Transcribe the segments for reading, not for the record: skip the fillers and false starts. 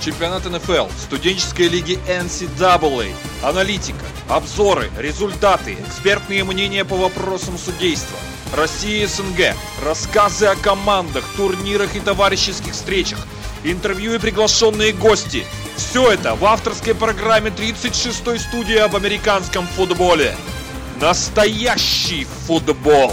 чемпионат НФЛ, студенческой лиги NCAA, аналитика, обзоры, результаты, экспертные мнения по вопросам судейства, Россия и СНГ, рассказы о командах, турнирах и товарищеских встречах, интервью и приглашенные гости. Все это в авторской программе 36-й студии об американском футболе. Настоящий футбол!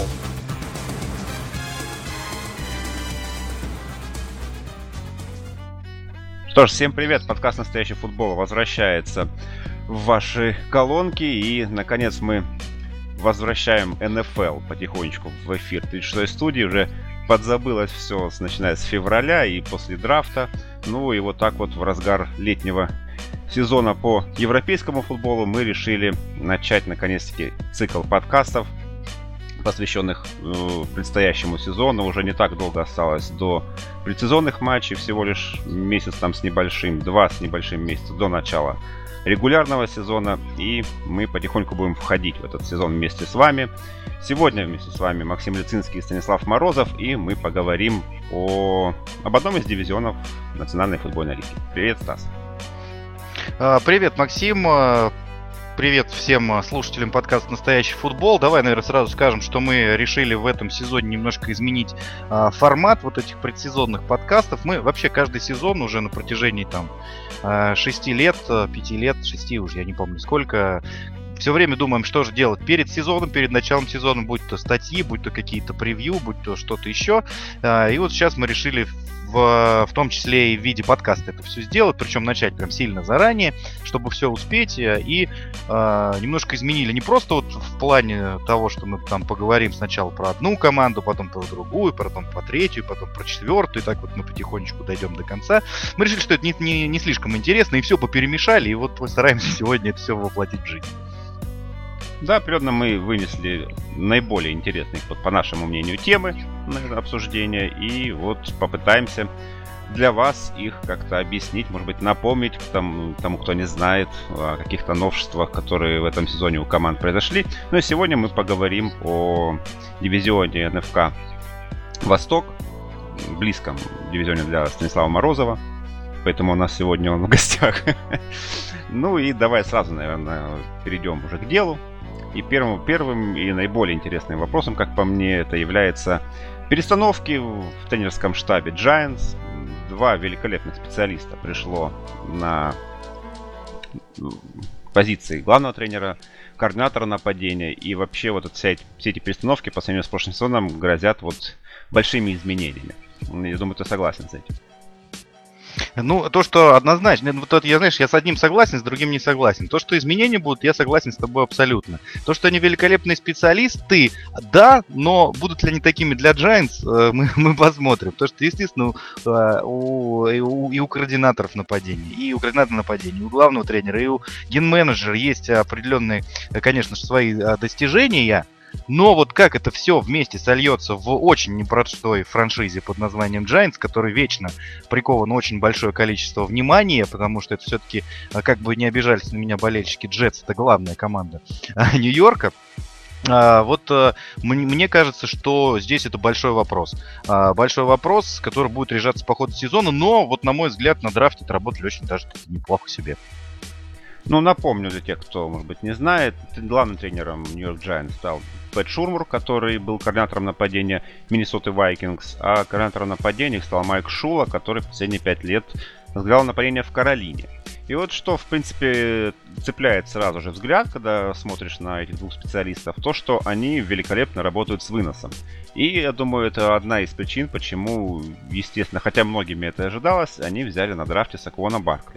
Что ж, всем привет! Подкаст «Настоящий футбол» возвращается в ваши колонки. И, наконец, мы возвращаем НФЛ потихонечку в эфир 36-й студии. Уже подзабылось все, начиная с февраля и после драфта. Ну и вот так вот в разгар летнего сезона по европейскому футболу мы решили начать, наконец-таки, цикл подкастов, посвященных предстоящему сезону. Уже не так долго осталось до предсезонных матчей, всего лишь месяц там с небольшим, 2 с небольшим месяца до начала регулярного сезона, и мы потихоньку будем входить в этот сезон вместе с вами. Сегодня вместе с вами Максим Лицинский и Станислав Морозов, и мы поговорим об одном из дивизионов Национальной футбольной лиги. Привет, Стас. Привет, Максим. Привет всем слушателям подкаста «Настоящий футбол». Давай, наверное, сразу скажем, что мы решили в этом сезоне немножко изменить формат вот этих предсезонных подкастов. Мы вообще каждый сезон уже на протяжении 6 лет, 5 лет, 6 уже, я не помню сколько, все время думаем, что же делать перед сезоном, перед началом сезона, будь то статьи, будь то какие-то превью, будь то что-то еще. И вот сейчас мы решили в том числе и в виде подкаста это все сделать, причем начать прям сильно заранее, чтобы все успеть, и немножко изменили не просто вот в плане того, что мы там поговорим сначала про одну команду, потом про другую, потом про третью, потом про четвертую, и так вот мы потихонечку дойдем до конца. Мы решили, что это не слишком интересно, и все поперемешали, и вот постараемся сегодня это все воплотить в жизнь. Да, определенно мы вынесли наиболее интересные, по нашему мнению, темы на обсуждение. И вот попытаемся для вас их как-то объяснить, может быть, напомнить тому, кто не знает о каких-то новшествах, которые в этом сезоне у команд произошли. Но сегодня мы поговорим о дивизионе НФК «Восток», близком дивизионе для Станислава Морозова. Поэтому у нас сегодня он в гостях. Ну и давай сразу, наверное, перейдем уже к делу. И первым и наиболее интересным вопросом, как по мне, это является перестановки в тренерском штабе Giants. 2 великолепных специалиста пришло на позиции главного тренера, координатора нападения. И вообще вот все эти перестановки по сравнению с прошлым сезоном грозят вот большими изменениями. Я думаю, ты согласен с этим. Ну, то, что однозначно, вот я с одним согласен, с другим не согласен. То, что изменения будут, я согласен с тобой абсолютно. То, что они великолепные специалисты, да, но будут ли они такими для Giants, мы посмотрим. Потому что, естественно, у координаторов нападения, и у координатора нападения, и у главного тренера, и у ген-менеджера есть определенные, конечно же, свои достижения. Но вот как это все вместе сольется в очень непростой франшизе под названием Giants, который вечно прикован очень большое количество внимания, потому что это все-таки, как бы не обижались на меня болельщики, Джетс — это главная команда Нью-Йорка. Мне кажется, что здесь это большой вопрос. Большой вопрос, который будет решаться по ходу сезона, но вот, на мой взгляд, на драфте отработали очень даже неплохо себе. Ну, напомню для тех, кто, может быть, не знает, главным тренером Нью-Йорк Giants стал Пэт Шурмур, который был координатором нападения Миннесоты Вайкингс, а координатором нападения стал Майк Шула, который в последние 5 лет возглавлял нападение в Каролине. И вот что, в принципе, цепляет сразу же взгляд, когда смотришь на этих двух специалистов, то, что они великолепно работают с выносом. И я думаю, это одна из причин, почему, естественно, хотя многими это ожидалось, они взяли на драфте Саквона Баркли.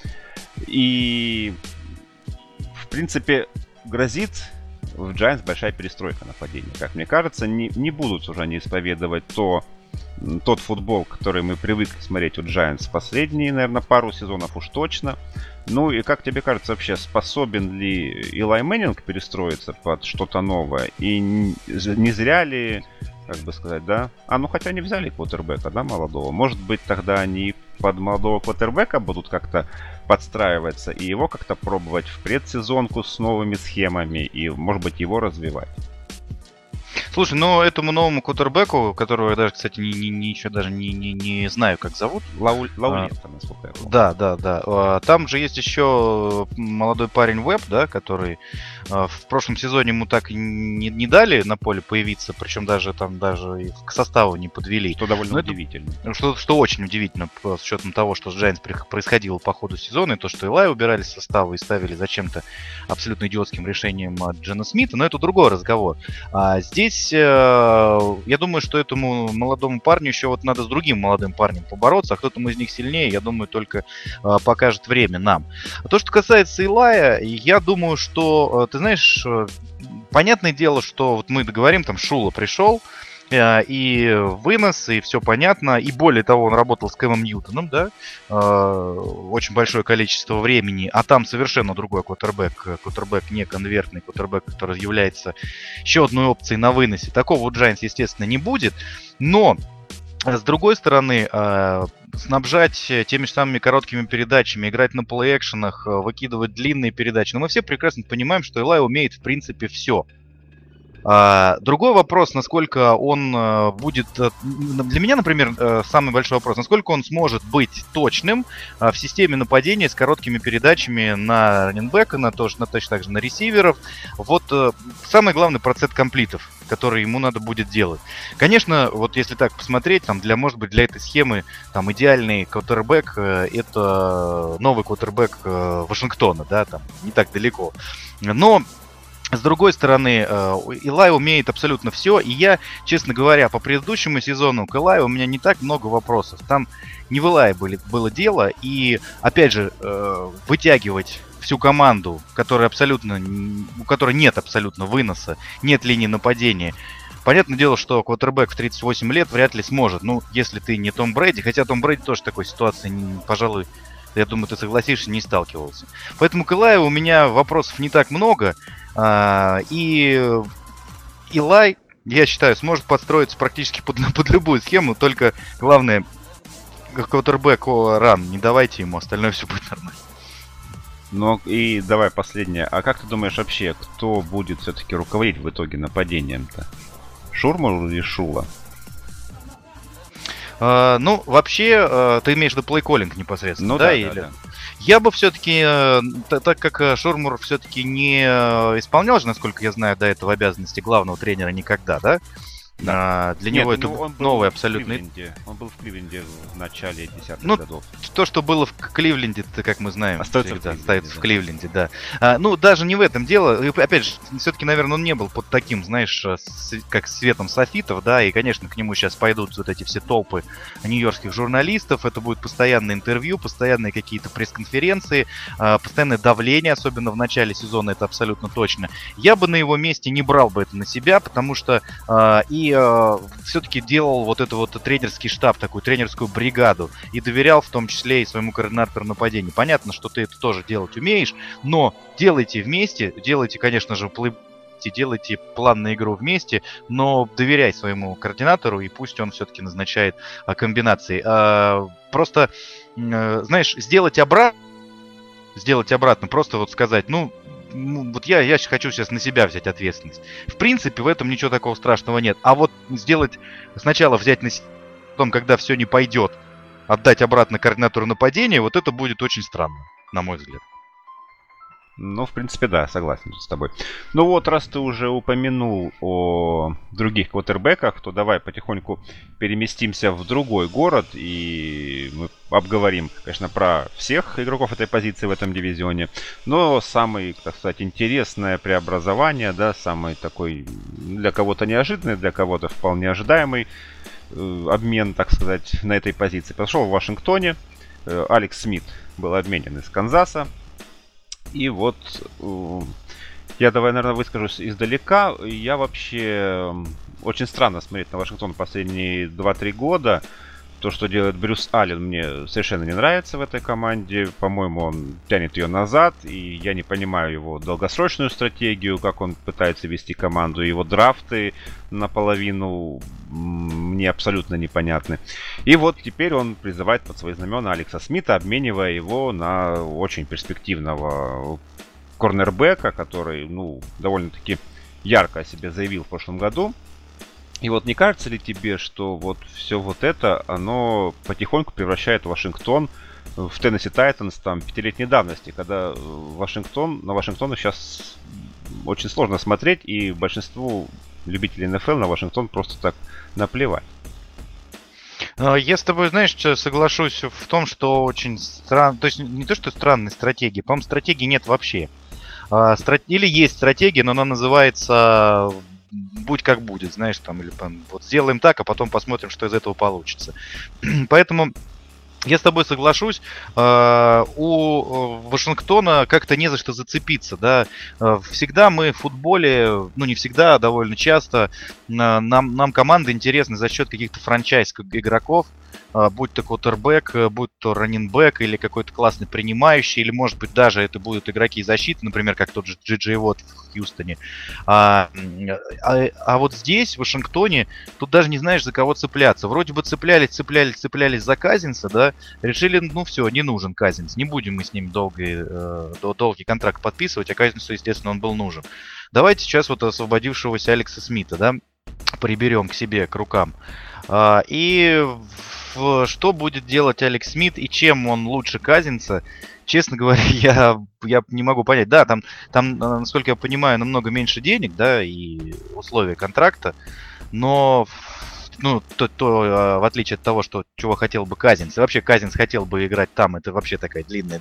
И, в принципе, грозит в Giants большая перестройка нападения. Как мне кажется, не будут уже они исповедовать тот футбол, который мы привыкли смотреть у Giants последние, наверное, пару сезонов уж точно. Ну и как тебе кажется, вообще способен ли Илай Мэннинг перестроиться под что-то новое? И не зря ли, как бы сказать, да? Хотя они взяли квотербека, да, молодого. Может быть, тогда они под молодого квотербека будут как-то подстраиваться и его как-то пробовать в предсезонку с новыми схемами и, может быть, его развивать. Слушай, ну этому новому квотербеку, которого я даже, кстати, еще даже не знаю, как зовут. Лаулета, насколько я помню. Да. Там же есть еще молодой парень Веб, да, который в прошлом сезоне ему так и не дали на поле появиться, причем даже и к составу не подвели. Что довольно удивительно. Что очень удивительно, с учетом того, что с Giants происходило по ходу сезона, и то, что Элай убирали с состава и ставили зачем-то абсолютно идиотским решением Джена Смита, но это другой разговор. А здесь, я думаю, что этому молодому парню еще вот надо с другим молодым парнем побороться, а кто-то из них сильнее, я думаю, только покажет время нам. А то, что касается Илая, я думаю, что, ты знаешь, понятное дело, что вот мы договорим, там Шула пришел, и вынос, и все понятно. И более того, он работал с Кэмом Ньютоном, да, очень большое количество времени, а там совершенно другой квотербек не конвертный, квотербек, который является еще одной опцией на выносе. Такого у Giants, естественно, не будет, но с другой стороны, снабжать теми же самыми короткими передачами, играть на плей-экшенах, выкидывать длинные передачи. Но мы все прекрасно понимаем, что Элай умеет, в принципе, все. Другой вопрос, насколько он будет... Для меня, например, самый большой вопрос, насколько он сможет быть точным в системе нападения с короткими передачами на раннинбека, точно так же на ресиверов. Вот самый главный процент комплитов, который ему надо будет делать. Конечно, вот если так посмотреть, там, может быть, для этой схемы там, идеальный квотербек это новый квотербек Вашингтона, да, там, не так далеко. Но с другой стороны, Элай умеет абсолютно все, и я, честно говоря, по предыдущему сезону к Элаю у меня не так много вопросов. Там не в Элае было дело, и, опять же, вытягивать всю команду, у которой нет абсолютно выноса, нет линии нападения. Понятное дело, что квотербек в 38 лет вряд ли сможет, ну, если ты не Том Брэди, хотя Том Брэди тоже в такой ситуации, пожалуй, я думаю, ты согласишься, не сталкивался. Поэтому к Элаю у меня вопросов не так много. И Элай, я считаю, сможет подстроиться практически под любую схему, только главное, квотербэк ран, не давайте ему, остальное все будет нормально. Ну и давай последнее. А как ты думаешь вообще, кто будет все-таки руководить в итоге нападением-то? Шурмур или Шула? Ну, вообще, ты имеешь в виду плей-коллинг непосредственно, ну, да? Да. Я бы все-таки, так как Шурмур все-таки не исполнял же, насколько я знаю, до этого обязанности главного тренера никогда, да? Да. Для него это новый абсолютно. Он был в Кливленде в начале 10-х годов. То, что было в Кливленде, как мы знаем, остается в Кливленде, да. Ну, даже не в этом дело. И, опять же, все-таки, наверное, он не был под таким, знаешь, как светом софитов, да, и, конечно, к нему сейчас пойдут вот эти все толпы нью-йоркских журналистов, это будет постоянное интервью, постоянные какие-то пресс-конференции, постоянное давление, особенно в начале сезона, это абсолютно точно. Я бы на его месте не брал бы это на себя, потому что все-таки делал вот это вот тренерский штаб, такую тренерскую бригаду, и доверял в том числе и своему координатору нападения. Понятно, что ты это тоже делать умеешь, но делайте вместе, делайте, конечно же, делайте план на игру вместе, но доверяй своему координатору, и пусть он все-таки назначает комбинации. Просто, знаешь, сделать обратно, просто вот сказать, вот я хочу сейчас на себя взять ответственность. В принципе, в этом ничего такого страшного нет. А вот сначала взять на себя, потом, когда все не пойдет, отдать обратно координатору нападения, вот это будет очень странно, на мой взгляд. Ну, в принципе, да, согласен с тобой. Ну вот, раз ты уже упомянул о других квотербеках, то давай потихоньку переместимся в другой город и мы обговорим, конечно, про всех игроков этой позиции в этом дивизионе. Но самый, так сказать, интересное преобразование, да, самый такой для кого-то неожиданный, для кого-то вполне ожидаемый обмен, так сказать, на этой позиции произошел в Вашингтоне. Алекс Смит был обменен из Канзаса. И вот я давай, наверное, выскажусь издалека. Я вообще очень странно смотреть на Вашингтон последние 2-3 года. То, что делает Брюс Аллен, мне совершенно не нравится в этой команде. По-моему, он тянет ее назад. И я не понимаю его долгосрочную стратегию, как он пытается вести команду. Его драфты наполовину мне абсолютно непонятны. И вот теперь он призывает под свои знамена Алекса Смита, обменивая его на очень перспективного корнербека, который, довольно-таки ярко о себе заявил в прошлом году. И вот не кажется ли тебе, что вот все вот это, оно потихоньку превращает Вашингтон в Теннесси Тайтанс там 5-летней давности, когда на Вашингтон сейчас очень сложно смотреть, и большинству любителей НФЛ на Вашингтон просто так наплевать. Я с тобой, знаешь, соглашусь в том, что очень странно, то есть не то, что странной стратегии, по-моему, стратегии нет вообще. Или есть стратегия, но она называется «будь как будет», знаешь, там, или вот сделаем так, а потом посмотрим, что из этого получится. Поэтому я с тобой соглашусь, у Вашингтона как-то не за что зацепиться, да. Всегда мы в футболе, ну не всегда, а довольно часто, нам команды интересны за счет каких-то франчайз игроков, будь то квотербэк, будь то раннинбэк или какой-то классный принимающий, или может быть даже это будут игроки защиты, например, как тот же Джей Уотт в Хьюстоне. А вот здесь, в Вашингтоне, тут даже не знаешь, за кого цепляться. Вроде бы цеплялись за Казинса, да, решили, ну все, не нужен Казинс, не будем мы с ним долгий контракт подписывать, а Казинсу, естественно, он был нужен. Давайте сейчас вот освободившегося Алекса Смита, да, приберем к себе, к рукам. И что будет делать Алекс Смит и чем он лучше Казинса, честно говоря, я не могу понять. Да, там, насколько я понимаю, намного меньше денег, да, и условия контракта, но в отличие от того, чего хотел бы Казинс, и вообще Казинс хотел бы играть там, это вообще такая длинная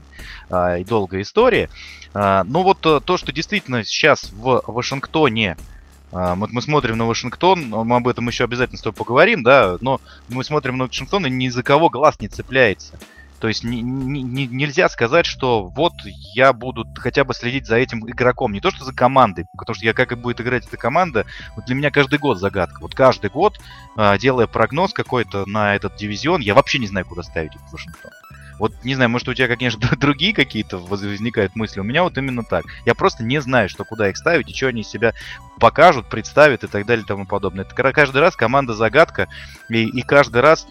и долгая история. Но вот то, что действительно сейчас в Вашингтоне, мы смотрим на Вашингтон, мы об этом еще обязательно с тобой поговорим, да, но мы смотрим на Вашингтон, и ни за кого глаз не цепляется. То есть нельзя сказать, что вот я буду хотя бы следить за этим игроком, не то что за командой, потому что как и будет играть эта команда, вот для меня каждый год загадка. Вот каждый год, делая прогноз какой-то на этот дивизион, я вообще не знаю, куда ставить этот Вашингтон. Вот, не знаю, может, у тебя, конечно, другие какие-то возникают мысли. У меня вот именно так. Я просто не знаю, куда их ставить, и что они из себя покажут, представят и так далее и тому подобное. Это каждый раз команда-загадка, и каждый раз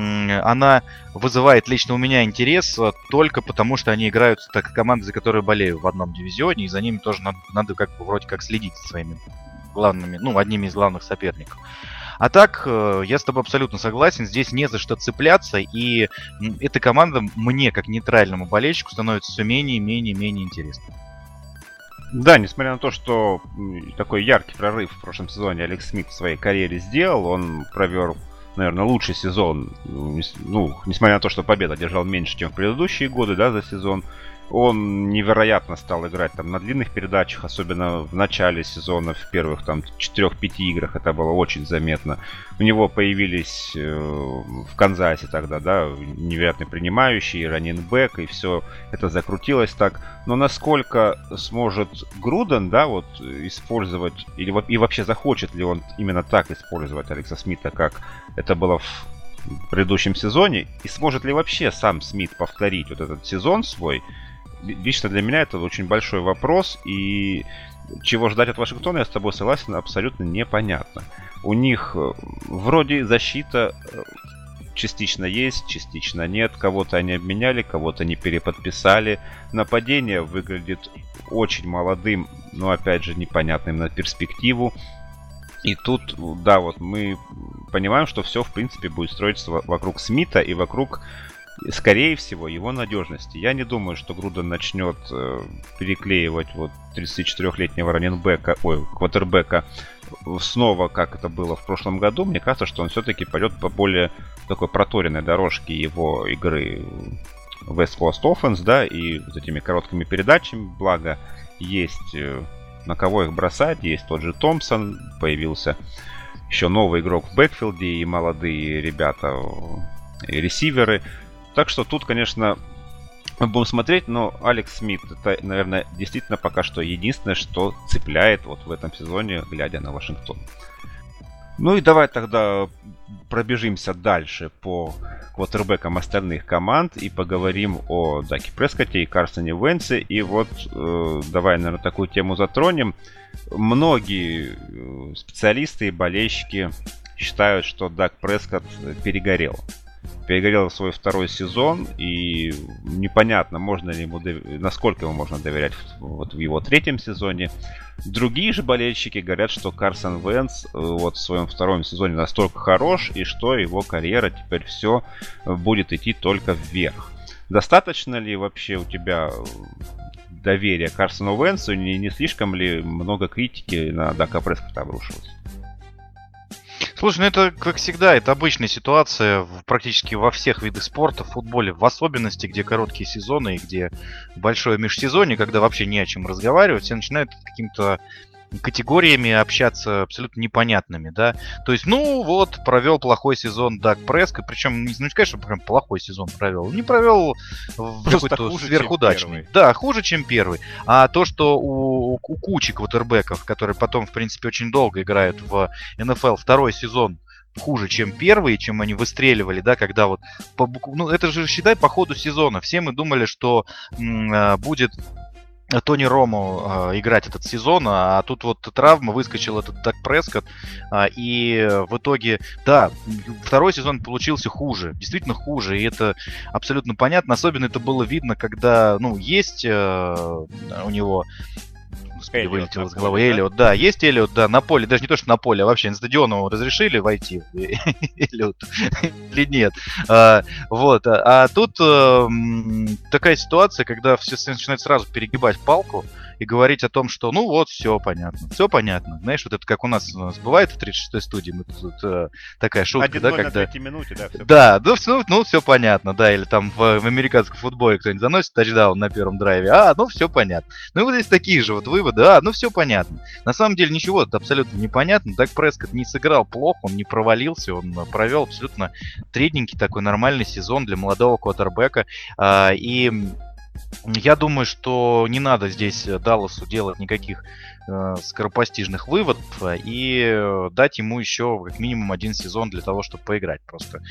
она вызывает лично у меня интерес только потому, что они играют с командой, за которую болею в одном дивизионе, и за ними тоже надо как бы вроде как следить за своими главными, одними из главных соперников. А так, я с тобой абсолютно согласен, здесь не за что цепляться, и эта команда мне, как нейтральному болельщику, становится все менее и менее интересной. Да, несмотря на то, что такой яркий прорыв в прошлом сезоне Алекс Смит в своей карьере сделал, он провел, наверное, лучший сезон, несмотря на то, что победа одержал меньше, чем в предыдущие годы, да, за сезон. Он невероятно стал играть там на длинных передачах, особенно в начале сезона, в первых там 4-5 играх, это было очень заметно. У него появились в Канзасе тогда, да, невероятно принимающий, раннинбэк, и все это закрутилось так. Но насколько сможет Груден, да, вот использовать, и вообще захочет ли он именно так использовать Алекса Смита, как это было в предыдущем сезоне, и сможет ли вообще сам Смит повторить вот этот сезон свой, лично для меня это очень большой вопрос, и чего ждать от Вашингтона, я с тобой согласен, абсолютно непонятно. У них вроде защита частично есть, частично нет, кого-то они обменяли, кого-то не переподписали. Нападение выглядит очень молодым, но опять же непонятным на перспективу. И тут, да, вот мы понимаем, что все, в принципе, будет строиться вокруг Смита и вокруг, скорее всего, его надежности. Я не думаю, что Груден начнет переклеивать вот 34-летнего квотербека снова, как это было в прошлом году. Мне кажется, что он все-таки пойдет по более такой проторенной дорожке его игры West Coast Offense, да, и вот этими короткими передачами, благо есть на кого их бросать. Есть тот же Томпсон, появился еще новый игрок в бэкфилде и молодые ребята, и ресиверы. Так что тут, конечно, мы будем смотреть, но Алекс Смит это, наверное, действительно пока что единственное, что цепляет вот в этом сезоне, глядя на Вашингтон. Ну и давай тогда пробежимся дальше по квотербекам остальных команд и поговорим о Даке Прескотте и Карсоне Венце. И вот давай, наверное, такую тему затронем. Многие специалисты и болельщики считают, что Дак Прескотт перегорел. перегорел свой второй сезон, и непонятно, можно ли ему насколько ему можно доверять вот в его третьем сезоне. Другие же болельщики говорят, что Карсон Венц вот в своем втором сезоне настолько хорош, и что его карьера теперь все будет идти только вверх. Достаточно ли вообще у тебя доверия к Карсону Венцу? Не слишком ли много критики на Дака Прескотта обрушилось? Слушай, ну это, как всегда, это обычная ситуация практически во всех видах спорта, в футболе в особенности, где короткие сезоны и где большое межсезонье, когда вообще не о чем разговаривать, все начинают каким-то категориями общаться абсолютно непонятными, да. То есть, ну вот, провел плохой сезон Даг Прескотт, причем не сказать, что прям плохой сезон провел. Не провел какой-то сверхудачный. Да, хуже, чем первый. А то, что у кучи квотербеков, которые потом, в принципе, очень долго играют в НФЛ, второй сезон хуже, чем первый, чем они выстреливали, да, когда вот, ну, это же, считай, по ходу сезона. Все мы думали, что будет Тони Ромо играть этот сезон, а тут вот травма, выскочил этот Даг Прескотт, и в итоге, да, второй сезон получился хуже, действительно хуже, и это абсолютно понятно, особенно это было видно, когда, ну, есть у него... Вылетел из головы. Эллиот, да, есть Эллиот, да, на поле, даже не то, что на поле, а вообще на стадион его разрешили войти, Эллиот, или нет. Вот, а тут такая ситуация, когда все начинают сразу перегибать палку и говорить о том, что, ну вот, все понятно. Знаешь, вот это как у нас бывает в 36-й студии, мы тут такая шутка, да, когда... на минуте, да, ну все понятно, да, или там в американском футболе кто-нибудь заносит тачдаун на первом драйве, ну все понятно. Ну и вот здесь такие же вот выводы, ну все понятно. На самом деле ничего абсолютно не понятно, Даг Прескотт не сыграл плохо, он не провалился, он провел абсолютно средненький такой нормальный сезон для молодого квотербека, и... Я думаю, что не надо здесь Далласу делать никаких скоропостижных выводов и дать ему еще как минимум один сезон для того, чтобы поиграть. Просто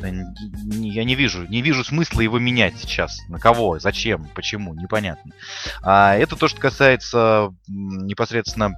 я не вижу смысла его менять сейчас. На кого, зачем, почему, непонятно. Это то, что касается непосредственно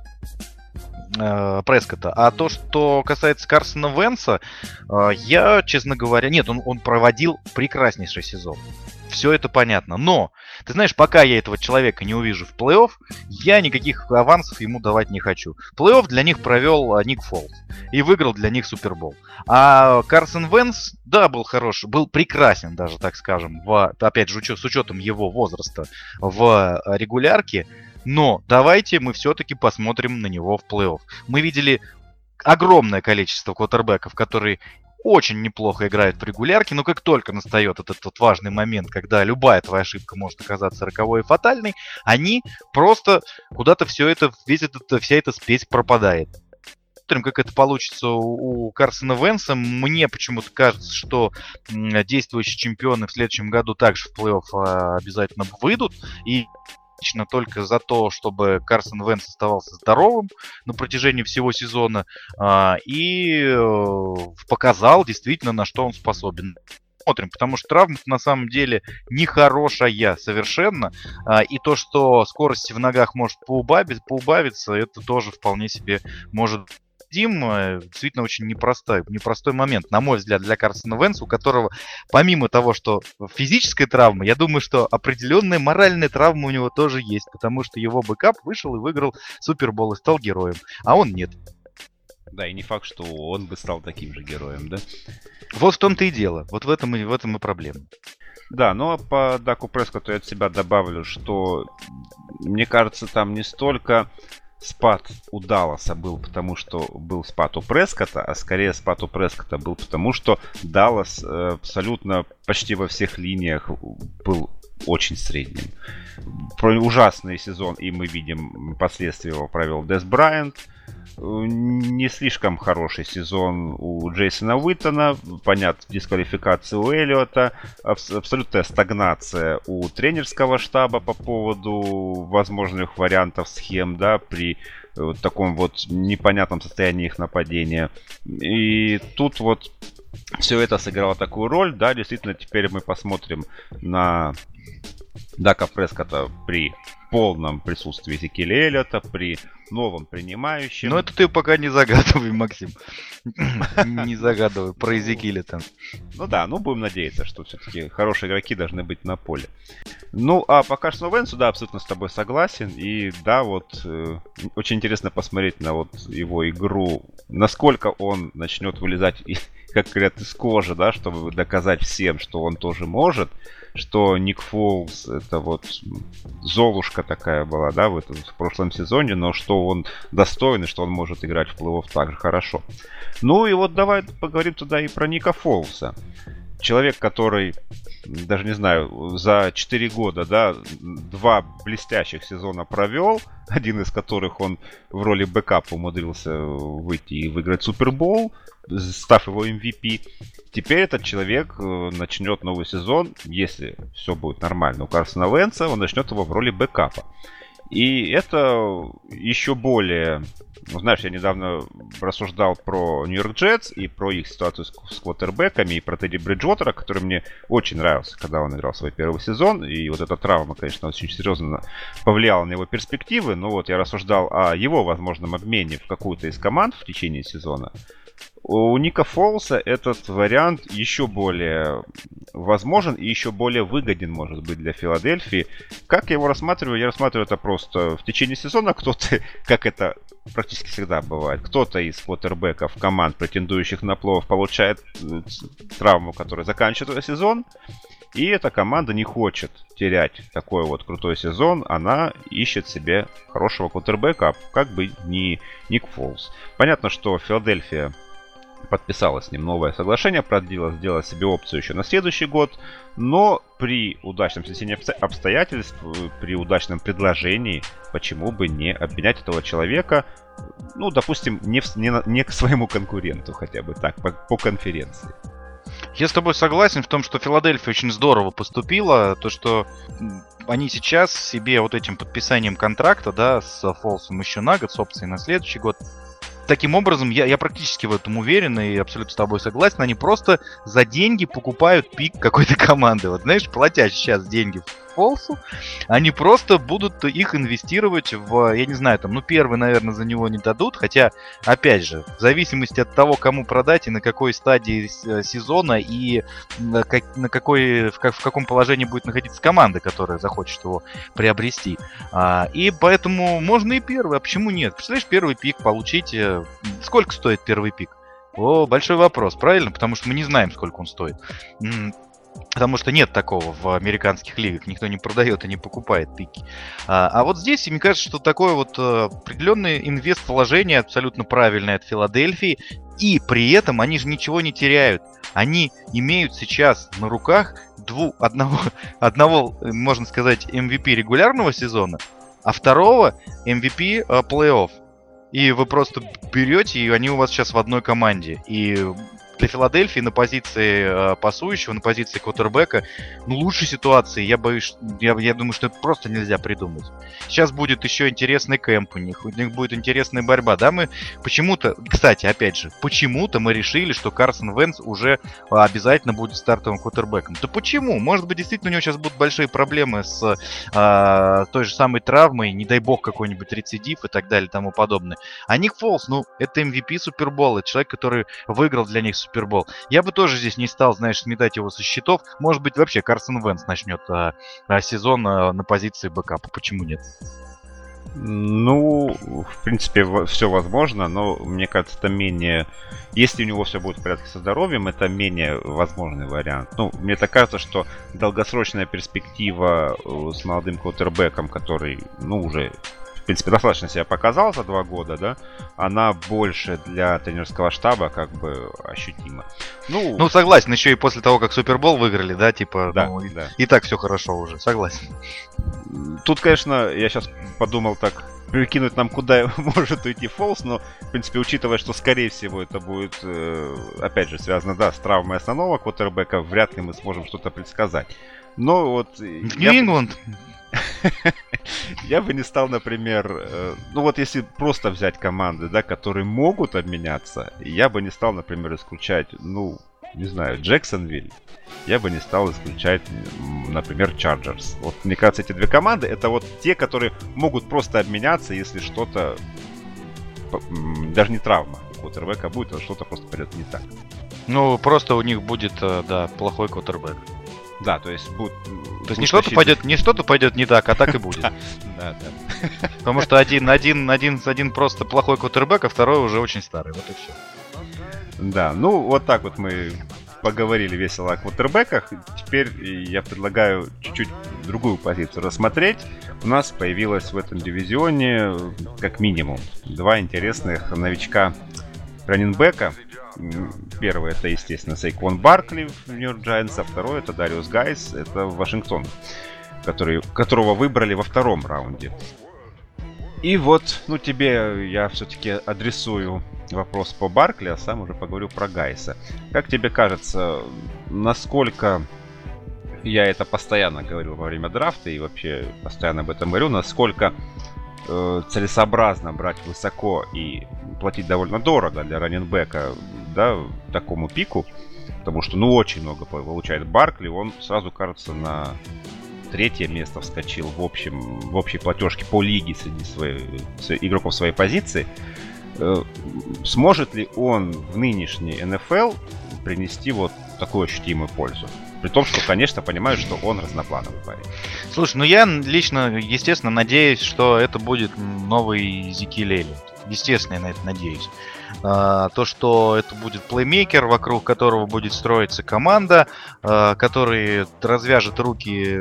Прескотта. А то, что касается Карсона Венца, я, честно говоря... Нет, он проводил прекраснейший сезон. Все это понятно. Но, ты знаешь, пока я этого человека не увижу в плей-офф, я никаких авансов ему давать не хочу. Плей-офф для них провел Ник Фолс. И выиграл для них Супербол. А Карсон Венц, да, был хороший, был прекрасен даже, так скажем, опять же, с учетом его возраста в регулярке. Но давайте мы все-таки посмотрим на него в плей-офф. Мы видели огромное количество квотербеков, которые очень неплохо играют в регулярке, но как только настает этот вот важный момент, когда любая твоя ошибка может оказаться роковой и фатальной, они просто куда-то вся эта спесь пропадает. Посмотрим, как это получится у Карсона Венца. Мне почему-то кажется, что действующие чемпионы в следующем году также в плей-офф обязательно выйдут. И только за то, чтобы Карсон Венц оставался здоровым на протяжении всего сезона и показал действительно, на что он способен. Смотрим, потому что травма на самом деле нехорошая совершенно. И то, что скорость в ногах может поубавиться, это тоже вполне себе может... Действительно очень непростой момент, на мой взгляд, для Карсона Венца, у которого, помимо того, что физическая травма, я думаю, что определенная моральная травма у него тоже есть, потому что его бэкап вышел и выиграл Супербол и стал героем, а он нет. Да, и не факт, что он бы стал таким же героем, да? Вот в том-то и дело, вот в этом и проблема. Да, но по Даку Прескотту я от себя добавлю, что, мне кажется, там не столько... спад у Далласа был потому, что был спад у Прескотта, а скорее спад у Прескотта был потому, что Даллас абсолютно почти во всех линиях был очень средним. Ужасный сезон, и мы видим, последствия его провел Дес Брайант. Не слишком хороший сезон у Джейсона Уиттона, понятно, дисквалификация у Эллиота, абсолютная стагнация у тренерского штаба по поводу возможных вариантов схем, да, при таком вот непонятном состоянии их нападения. И тут вот все это сыграло такую роль, да, действительно, теперь мы посмотрим на Дака Прескотта при полном присутствии Эзекиэля Эллиота, при новом принимающем. Но это ты пока не загадывай, Максим. Не загадывай про Эзекиэля там. Ну да, будем надеяться, что все-таки хорошие игроки должны быть на поле. Ну, а по Карсону Венцу, да, абсолютно с тобой согласен. И да, очень интересно посмотреть на его игру, насколько он начнет вылезать, как говорят, из кожи, да, чтобы доказать всем, что он тоже может. Что Ник Фолс это Золушка такая была, да, в прошлом сезоне, но что он достоин и что он может играть в плей-офф так же хорошо. Ну и давай поговорим туда и про Ника Фолса. Человек, который, даже не знаю, за 4 года, да, 2 блестящих сезона провел, один из которых он в роли бэкапа умудрился выйти и выиграть Супербол, став его MVP. Теперь этот человек начнет новый сезон, если все будет нормально у Карсона Венца, он начнет его в роли бэкапа. И это еще более... знаешь, я недавно рассуждал про Нью-Йорк Джетс и про их ситуацию с квотербеками, и про Тедди Бриджвотера, который мне очень нравился, когда он играл свой первый сезон. И эта травма, конечно, очень серьезно повлияла на его перспективы. Но я рассуждал о его возможном обмене в какую-то из команд в течение сезона. У Ника Фолса этот вариант еще более возможен и еще более выгоден, может быть, для Филадельфии. Как я его рассматриваю? Я рассматриваю это просто в течение сезона. Кто-то, как это практически всегда бывает, кто-то из квотербеков команд, претендующих на плей-офф, получает травму, которая заканчивает сезон. И эта команда не хочет терять такой крутой сезон. Она ищет себе хорошего квотербека, как бы не Ник Фолс. Понятно, что Филадельфия подписала с ним новое соглашение, продлила, сделала себе опцию еще на следующий год. Но при удачном стечении обстоятельств, при удачном предложении, почему бы не обменять этого человека, допустим, не к своему конкуренту, хотя бы так, по конференции. Я с тобой согласен в том, что Филадельфия очень здорово поступила. То, что они сейчас себе этим подписанием контракта, да, с Фолсом еще на год, с опцией на следующий год. Таким образом, я практически в этом уверен и абсолютно с тобой согласен. Они просто за деньги покупают пик какой-то команды. Знаешь, платя сейчас деньги Фолсу, они просто будут их инвестировать в, я не знаю, первый, наверное, за него не дадут. Хотя, опять же, в зависимости от того, кому продать и на какой стадии сезона и в каком положении будет находиться команда, которая захочет его приобрести. И поэтому можно и первый, а почему нет? Представляешь, первый пик получить. Сколько стоит первый пик? Большой вопрос, правильно? Потому что мы не знаем, сколько он стоит. Потому что нет такого в американских лигах. Никто не продает и не покупает пики. А здесь, мне кажется, что такое определенный инвест-вложение абсолютно правильное от Филадельфии. И при этом они же ничего не теряют. Они имеют сейчас на руках одного, можно сказать, MVP регулярного сезона, а второго MVP плей-офф. И вы просто берете, и они у вас сейчас в одной команде. И для Филадельфии на позиции пасующего, на позиции квотербека, лучшей ситуации, я думаю, что это просто нельзя придумать. Сейчас будет еще интересный кэмп у них будет интересная борьба. Да, мы почему-то, кстати, опять же, почему-то мы решили, что Карсон Венц уже обязательно будет стартовым квотербеком. Да почему? Может быть, действительно у него сейчас будут большие проблемы с той же самой травмой, не дай бог какой-нибудь рецидив и так далее и тому подобное. А Ник Фолс, это MVP Супербола, это человек, который выиграл для них Супербол. Я бы тоже здесь не стал, сметать его со счетов. Может быть, вообще Карсон Венц начнет сезон на позиции бэкапа. Почему нет? В принципе, все возможно, но мне кажется, это менее... Если у него все будет в порядке со здоровьем, это менее возможный вариант. Мне так кажется, что долгосрочная перспектива с молодым квотербеком, который, уже... В принципе, достаточно себя показал за 2 года, да, она больше для тренерского штаба ощутима. Согласен, еще и после того, как Супербол выиграли, да, да. И так все хорошо уже, согласен. Тут, конечно, я сейчас подумал так, прикинуть нам, куда может уйти Фолс, но, в принципе, учитывая, что, скорее всего, это будет, опять же, связано, да, с травмой основного квотербека, вряд ли мы сможем что-то предсказать. Но в Нью-Ингланд... Я бы не стал, например, если просто взять команды, да, которые могут обменяться, я бы не стал, например, исключать, не знаю, Джексонвиль, я бы не стал исключать, например, Чарджерс. Вот, мне кажется, эти две команды, это вот те, которые могут просто обменяться, если что-то, даже не травма у квотербека будет, а что-то просто пойдет не так. Ну, просто у них будет, да, плохой квотербек. Да, то есть будет... То есть не что-то пойдет не так, а так и будет. Да. Потому что один просто плохой квотербек, а второй уже очень старый. Вот и все. Да, ну вот так вот мы поговорили весело о квотербеках. Теперь я предлагаю чуть-чуть другую позицию рассмотреть. У нас появилось в этом дивизионе как минимум два интересных новичка раннинбека. Первый это, естественно, Сейквон Баркли в Нью-Йорк Giants, а второй это Дариус Гайс, это Вашингтон, которого выбрали во втором раунде. И вот, ну тебе я все-таки адресую вопрос по Баркли, а сам уже поговорю про Гайса. Как тебе кажется, насколько, я это постоянно говорил во время драфта и вообще постоянно об этом говорю, насколько целесообразно брать высоко и платить довольно дорого для раннинбека, да, такому пику, потому что, ну, очень много получает Баркли, он сразу, кажется, на третье место вскочил в общей платежке по лиге среди игроков своей позиции. Сможет ли он в нынешней НФЛ принести вот такую ощутимую пользу? При том, что, конечно, понимаю, что он разноплановый парень. Слушай, ну я лично, естественно, надеюсь, что это будет новый Эзекиэль Эллиott. Естественно, я на это надеюсь. То, что это будет плеймейкер, вокруг которого будет строиться команда, который развяжет руки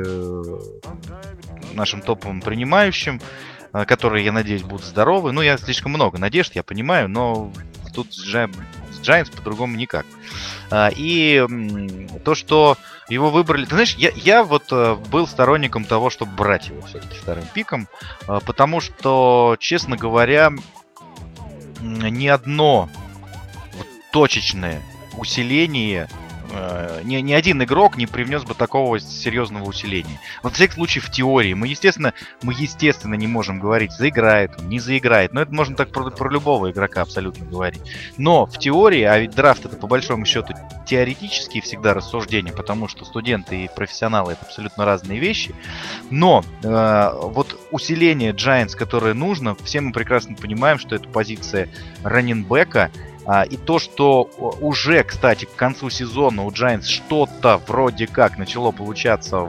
нашим топовым принимающим, которые, я надеюсь, будут здоровы. Ну, я слишком много надежд, я понимаю, но тут с Giants по-другому никак. И то, что его выбрали... Ты знаешь, я вот был сторонником того, чтобы брать его все-таки вторым пиком, потому что, честно говоря, ни одно точечное усиление, ни один игрок не привнес бы такого серьезного усиления. Во всяком случае, в теории. Мы, естественно, не можем говорить, заиграет он, не заиграет. Но это можно так про любого игрока абсолютно говорить. Но в теории, а ведь драфт это по большому счету теоретические всегда рассуждения, потому что студенты и профессионалы это абсолютно разные вещи. Но вот усиление Giants, которое нужно, все мы прекрасно понимаем, что это позиция раннинбека. И то, что уже, кстати, к концу сезона у Giants что-то вроде как начало получаться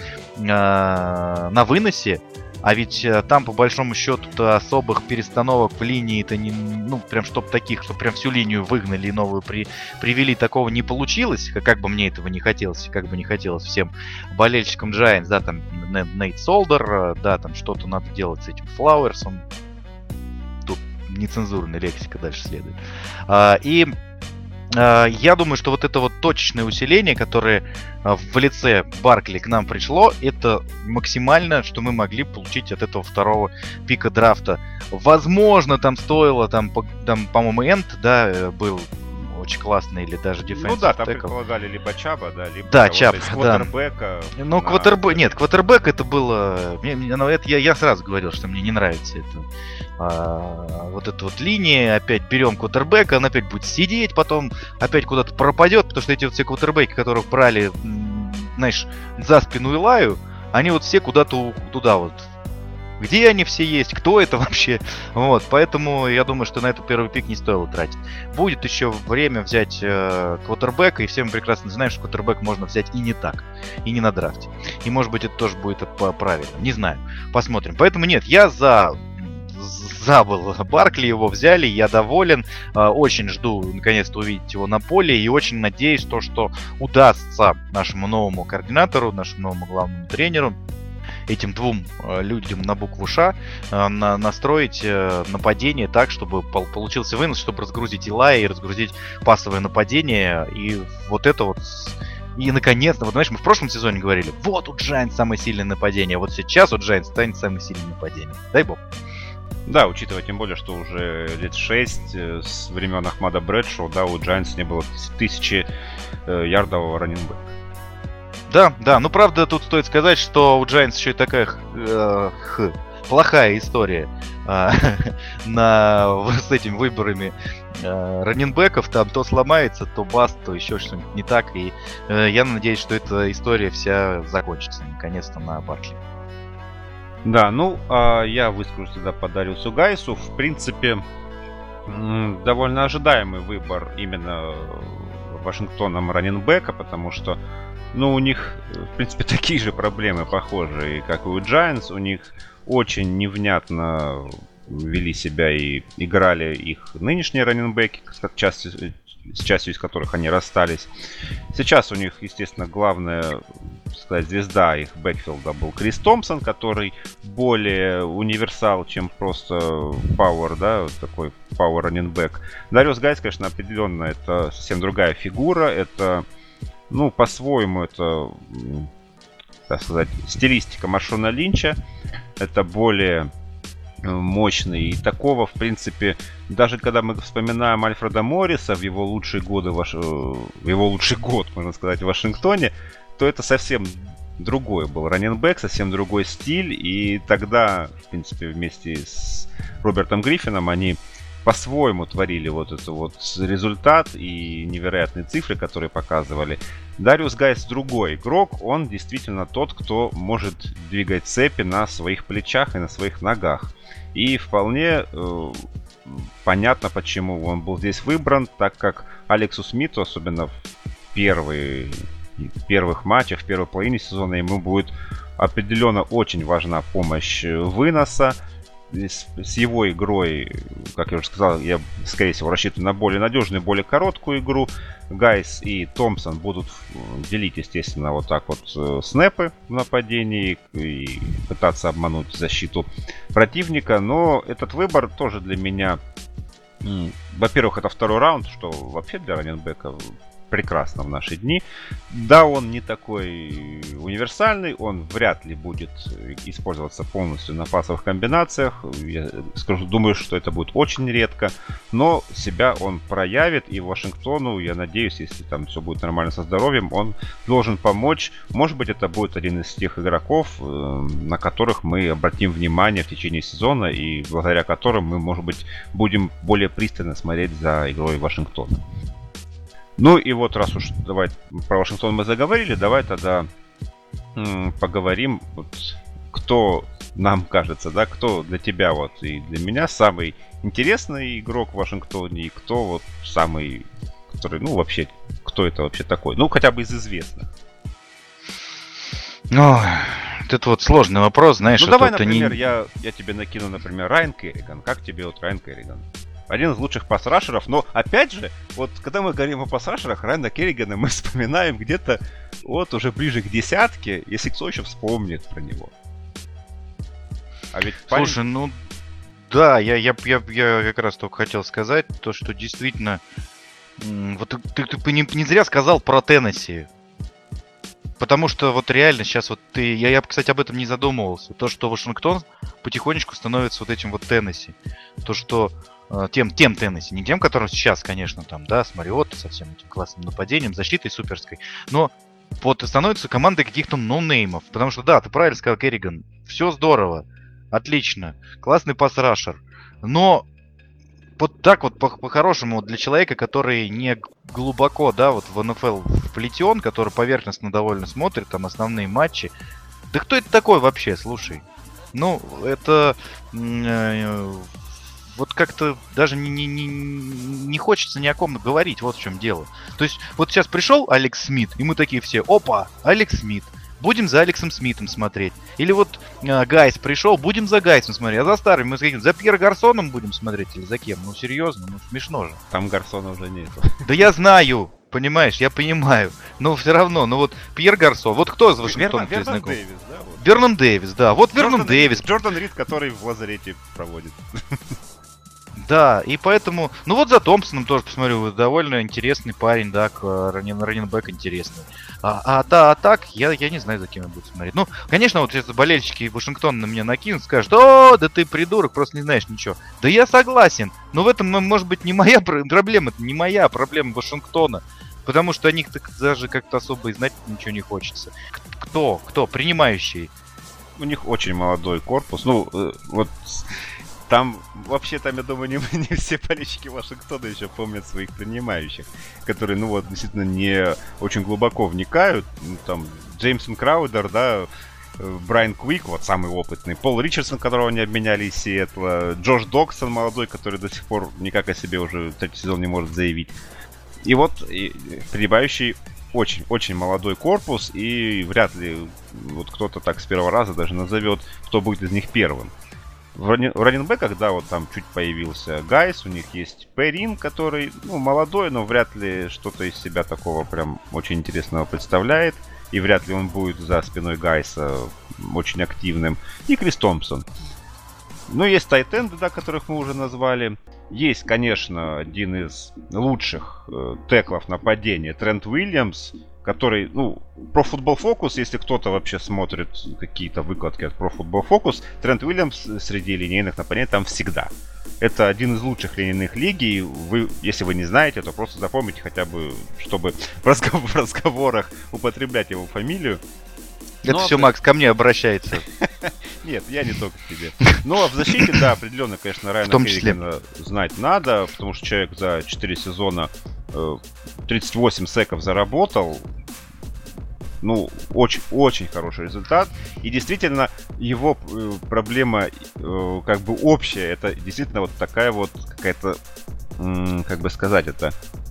на выносе, а ведь там, по большому счету-то, особых перестановок в линии-то не, ну, прям чтоб таких, что прям всю линию выгнали и новую привели, такого не получилось, как бы мне этого не хотелось, как бы не хотелось всем болельщикам Giants, да, там Нейт Солдер, да, там что-то надо делать с этим Флауэрсом. Нецензурная лексика дальше следует. Я думаю, что вот это вот точечное усиление, которое в лице Баркли к нам пришло, это максимально, что мы могли получить от этого второго пика драфта. Возможно, там стоило, там по-моему, Энд, да, был очень классный, или даже defensive. Ну да, там предполагали либо Чаба, да, либо да, Чаб, квотербека. Ну, квотербек это было... Я сразу говорил, что мне не нравится это. Вот эта вот линия, опять берем квотербека, он опять будет сидеть, потом опять куда-то пропадет, потому что эти вот все квотербеки, которых брали, знаешь, за спину Илаю, они вот все куда-то туда вот. Где они все есть, кто это вообще? Вот, поэтому я думаю, что на этот первый пик не стоило тратить. Будет еще время взять квотербека, и все мы прекрасно знаем, что квотербек можно взять и не так, и не на драфте. И может быть это тоже будет правильно, не знаю, посмотрим. Поэтому нет, я забыл Баркли, его взяли, я доволен, очень жду наконец-то увидеть его на поле и очень надеюсь, что удастся нашему новому координатору, нашему новому главному тренеру, этим двум людям на букву Ш настроить нападение так, чтобы получился вынос, чтобы разгрузить Илая и разгрузить пасовое нападение. И вот это вот... И наконец-то, вот знаешь, мы в прошлом сезоне говорили, вот у Giants самое сильное нападение, вот сейчас у Giants станет самое сильное нападение. Дай бог. Да, учитывая тем более, что уже лет 6 с времен Ахмада Брэдшоу, да, у Giants не было 1000-ярдового раннинбека. Да, ну правда тут стоит сказать, что у Giants еще и такая плохая история с этими выборами раннинбеков. Там то сломается, то баст, то еще что-нибудь не так. И я надеюсь, что эта история вся закончится наконец-то на Баркли. Да, я выскажусь тогда по Дариусу Гайсу. В принципе, довольно ожидаемый выбор именно Вашингтоном раннинбека, потому что, у них, в принципе, такие же проблемы похожие, как и у Giants. У них очень невнятно вели себя и играли их нынешние раннинбеки, с частью из которых они расстались. Сейчас у них, естественно, главная, сказать, звезда их бэкфилда был Крис Томпсон, который более универсал, чем просто пауэр, да, такой пауэр раннинбэк. Дариус Гайс, конечно, определенно это совсем другая фигура. Это, по-своему, это, так сказать, стилистика Маршона Линча. Это более мощный. И такого, в принципе, даже когда мы вспоминаем Альфреда Морриса в его лучшие годы, в его лучший год, можно сказать, в Вашингтоне, то это совсем другой был раннинбэк, совсем другой стиль. И тогда, в принципе, вместе с Робертом Гриффином они по-своему творили вот этот вот результат и невероятные цифры, которые показывали. Дариус Гайс другой игрок, он действительно тот, кто может двигать цепи на своих плечах и на своих ногах. И вполне понятно, почему он был здесь выбран, так как Алексу Смиту, особенно в первых матчах, в первой половине сезона, ему будет определенно очень важна помощь выноса. С его игрой, как я уже сказал, я, скорее всего, рассчитываю на более надежную, более короткую игру. Гайс и Томпсон будут делить, естественно, вот так вот снэпы в нападении и пытаться обмануть защиту противника. Но этот выбор тоже для меня, во-первых, это второй раунд, что вообще для раннинбека прекрасно в наши дни. Да, он не такой универсальный, он вряд ли будет использоваться полностью на пасовых комбинациях. Я думаю, что это будет очень редко, но себя он проявит, и Вашингтону, я надеюсь, если там все будет нормально со здоровьем, он должен помочь. Может быть, это будет один из тех игроков, на которых мы обратим внимание в течение сезона, и благодаря которым мы, может быть, будем более пристально смотреть за игрой Вашингтона. И вот, раз уж давай про Вашингтон мы заговорили, давай тогда поговорим, вот, кто нам кажется, да, кто для тебя вот и для меня самый интересный игрок в Вашингтоне, и кто вот самый, который, вообще, кто это вообще такой, хотя бы из известных. Это вот сложный вопрос, знаешь. Давай, например, я тебе накину, например, Райан Керриган. Как тебе вот Райан Керриган? Один из лучших пасрашеров, но опять же, вот когда мы говорим о пасрашерах, Райана Керригана мы вспоминаем где-то вот уже ближе к десятке, если кто еще вспомнит про него. А ведь слушай, да, я как раз только хотел сказать, то, что действительно, вот ты не зря сказал про Теннесси. Потому что вот реально сейчас вот я, кстати, об этом не задумывался. То, что Вашингтон потихонечку становится вот этим вот Теннесси. То, что тем Теннесси, не тем, которым сейчас, конечно, там, да, с Мариотто, со всем этим классным нападением, защитой суперской, но вот становится командой каких-то ноунеймов. Потому что, да, ты правильно сказал, Керриган, все здорово, отлично, классный пас-рашер, но вот так вот по-хорошему для человека, который не глубоко, да, вот в НФЛ вплетен, который поверхностно довольно смотрит там основные матчи, да кто это такой вообще, слушай? Это вот как-то даже не хочется ни о ком говорить, вот в чем дело. То есть вот сейчас пришел Алекс Смит, и мы такие все, опа, Алекс Смит, будем за Алексом Смитом смотреть. Или вот Гайс пришел, будем за Гайсом смотреть. А за старым мы за Пьер Гарсоном будем смотреть или за кем? Серьезно, смешно же. Там Гарсона уже нет. Да я знаю, понимаешь, я понимаю. Но все равно, вот Пьер Гарсон, вот кто из Вашингтона ты знаком? Вернон Дэвис, да? Вот. Вернон Дэвис, да. Вот Вернон Дэвис. Джордан Рид, который в лазарете проводит. Да, и поэтому... вот за Томпсоном тоже посмотрю, довольно интересный парень, да, раннинбэк интересный. А так, я не знаю, за кем я буду смотреть. Конечно, вот если болельщики Вашингтона на меня накинут, скажут, да ты придурок, просто не знаешь ничего. Да я согласен, но в этом, может быть, не моя проблема, это не моя проблема Вашингтона. Потому что о них даже как-то особо и знать ничего не хочется. Кто? Принимающий? у них очень молодой корпус. Ну, вот там, вообще, там, я думаю, не все болельщики Вашингтона еще помнят своих принимающих, которые, ну вот, действительно не очень глубоко вникают. Ну, там, Джеймсон Краудер, да, Брайан Куик, вот самый опытный, Пол Ричардсон, которого они обменяли из Сиэтла, Джош Доксон молодой, который до сих пор никак о себе уже третий сезон не может заявить. И вот принимающий очень молодой корпус, и вряд ли вот кто-то так с первого раза даже назовет, кто будет из них первым. В раннинбэках, да, вот там чуть появился Гайс, у них есть Перрин, который, ну, молодой, но вряд ли что-то из себя такого прям очень интересного представляет. И вряд ли он будет за спиной Гайса очень активным. И Крис Томпсон. Ну, есть тайтенды, да, которых мы уже назвали. Есть, конечно, один из лучших теклов нападения, Трент Уильямс, который, ну, Pro Football Focus, если кто-то вообще смотрит какие-то выкладки от Pro Football Focus, Трент Уильямс среди линейных нападений там всегда. Это один из лучших линейных лиги. Вы, если вы не знаете, то просто запомните хотя бы, чтобы в разговорах употреблять его фамилию. Это все Макс ко мне обращается. Нет, я не только к тебе. Ну, а в защите, да, определенно, конечно, Райана Керригана знать надо, потому что человек за 4 сезона 38 секов заработал. Ну, очень хороший результат. И действительно, его проблема как бы общая. Это действительно вот такая вот какая-то, как бы сказать, это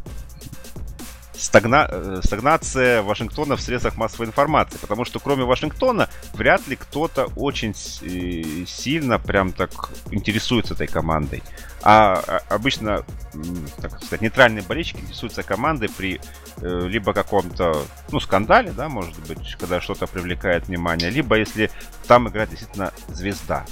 стагнация Вашингтона в средствах массовой информации. Потому что кроме Вашингтона вряд ли кто-то очень сильно прям так интересуется этой командой. А обычно, так сказать, нейтральные болельщики интересуются командой при либо каком-то, ну, скандале, да, может быть, когда что-то привлекает внимание, либо если там играет действительно звезда.